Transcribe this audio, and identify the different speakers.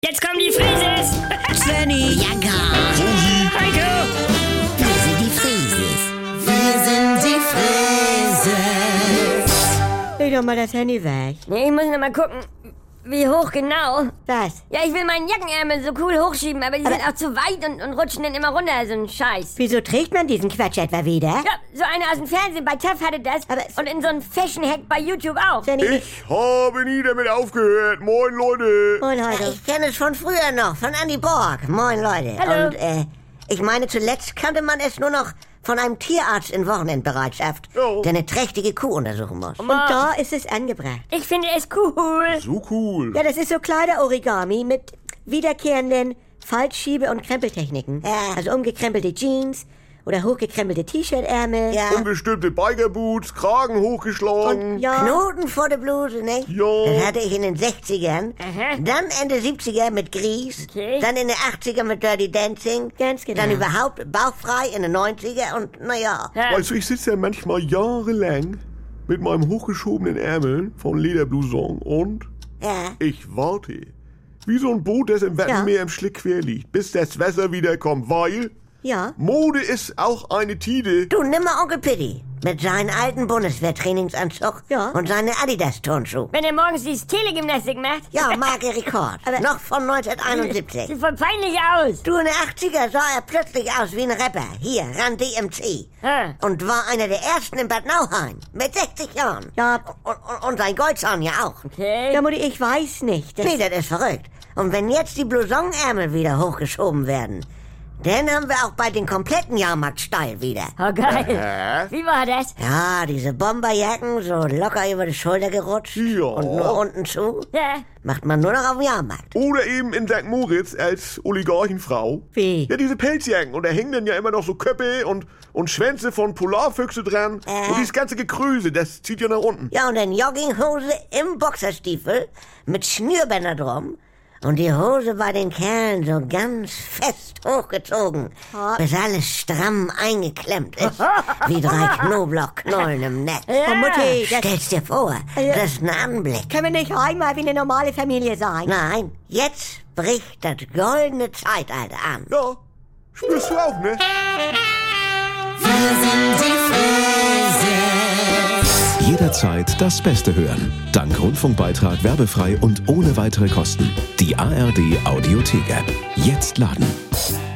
Speaker 1: Jetzt kommen die Frieses!
Speaker 2: Svenny,
Speaker 3: Ja, gar.
Speaker 1: Heiko!
Speaker 3: Wir sind die Frieses. Wir sind die Frieses.
Speaker 2: leg doch mal das Handy weg.
Speaker 1: Nee, ich muss noch mal gucken, wie hoch genau.
Speaker 2: Was?
Speaker 1: Ja, ich will meinen Jackenärmel so cool hochschieben, aber die sind auch zu weit und rutschen dann immer runter, so ein Scheiß.
Speaker 2: Wieso trägt man diesen Quatsch etwa wieder?
Speaker 1: Ja, so einer aus dem Fernsehen, bei TAF hatte das.
Speaker 2: Aber-
Speaker 1: und in so einem Fashion-Hack bei YouTube auch.
Speaker 2: Svenny,
Speaker 4: Ich habe nie damit aufgehört. Moin, Leute.
Speaker 2: moin Heiko.
Speaker 3: Ich kenne es von früher noch, von Andy Borg. Moin, Leute.
Speaker 1: Hallo.
Speaker 3: Und, ich meine, zuletzt kannte man es nur noch von einem Tierarzt in Wochenendbereitschaft,
Speaker 4: Ja.
Speaker 3: der eine trächtige Kuh untersuchen muss.
Speaker 2: Und da ist es angebracht.
Speaker 1: Ich finde es cool.
Speaker 4: So cool.
Speaker 2: Ja, das ist so Kleiderorigami mit wiederkehrenden Faltschiebe- und Krempeltechniken.
Speaker 3: Ja.
Speaker 2: Also umgekrempelte Jeans oder hochgekrempelte T-Shirt-Ärmel.
Speaker 3: Ja.
Speaker 4: Unbestimmte Bikerboots, Kragen hochgeschlagen.
Speaker 2: Ja.
Speaker 3: Knoten vor der Bluse, nicht?
Speaker 4: Ja.
Speaker 3: Das hatte ich in den 60ern.
Speaker 1: Aha.
Speaker 3: Dann Ende 70er mit Grease.
Speaker 1: Okay.
Speaker 3: Dann in den 80er mit Dirty Dancing.
Speaker 2: Ganz genau.
Speaker 3: Dann überhaupt bauchfrei in den 90er und naja.
Speaker 1: Ja.
Speaker 4: Weißt du, ich sitze ja manchmal jahrelang mit meinem hochgeschobenen Ärmeln von Lederblouson und
Speaker 3: Ja.
Speaker 4: ich warte. Wie so ein Boot, das im Wattenmeer im Schlick quer liegt, bis das Wasser wiederkommt, weil
Speaker 2: Ja.
Speaker 4: Mode ist auch eine Tide.
Speaker 3: Du, nimm mal Onkel Pitti. Mit seinen alten Bundeswehrtrainingsanzug
Speaker 2: Ja.
Speaker 3: und seine Adidas-Turnschuh.
Speaker 1: Wenn er morgens dieses Telegymnastik macht.
Speaker 3: Ja, Marke Rekord.
Speaker 2: Aber-
Speaker 3: Noch von 1971.
Speaker 1: Sieht voll peinlich aus.
Speaker 3: Du, in den 80er sah er plötzlich aus wie ein Rapper. Hier, Run DMC.
Speaker 1: Ah.
Speaker 3: Und war einer der ersten in Bad Nauheim. Mit 60 Jahren.
Speaker 2: Ja,
Speaker 3: Und sein Goldzahn ja auch.
Speaker 1: Okay.
Speaker 2: ja, Mutti, ich weiß nicht. Das,
Speaker 3: Nee, das ist verrückt. Und wenn jetzt die Blousonärmel wieder hochgeschoben werden, dann haben wir auch bald den kompletten Jahrmarkt steil wieder.
Speaker 1: Oh, geil. Wie war das?
Speaker 3: Ja, diese Bomberjacken so locker über die Schulter gerutscht
Speaker 4: Ja.
Speaker 3: und nur unten zu.
Speaker 1: Ja.
Speaker 3: Macht man nur noch auf dem Jahrmarkt.
Speaker 4: Oder eben in St. Moritz als Oligarchenfrau.
Speaker 2: Wie?
Speaker 4: Ja, diese Pelzjacken. Und da hängen dann ja immer noch so Köpfe und Schwänze von Polarfüchse dran. Und dieses ganze Gekröse, das zieht ja nach unten.
Speaker 3: Ja, und dann Jogginghose im Boxerstiefel mit Schnürbänder drum. Und die Hose bei den Kerlen so ganz fest hochgezogen, bis alles stramm eingeklemmt ist, wie 3 Knoblauchknollen im Netz.
Speaker 2: Oh, Mutti, das
Speaker 3: Stell's dir vor, das ist ein Anblick.
Speaker 2: können wir nicht einmal wie eine normale Familie sein.
Speaker 3: Nein, jetzt bricht das goldene Zeitalter an.
Speaker 4: Ja, spürst du auch, ne?
Speaker 5: Jederzeit das Beste hören. Dank Rundfunkbeitrag werbefrei und ohne weitere Kosten. Die ARD Audiothek-App. Jetzt laden.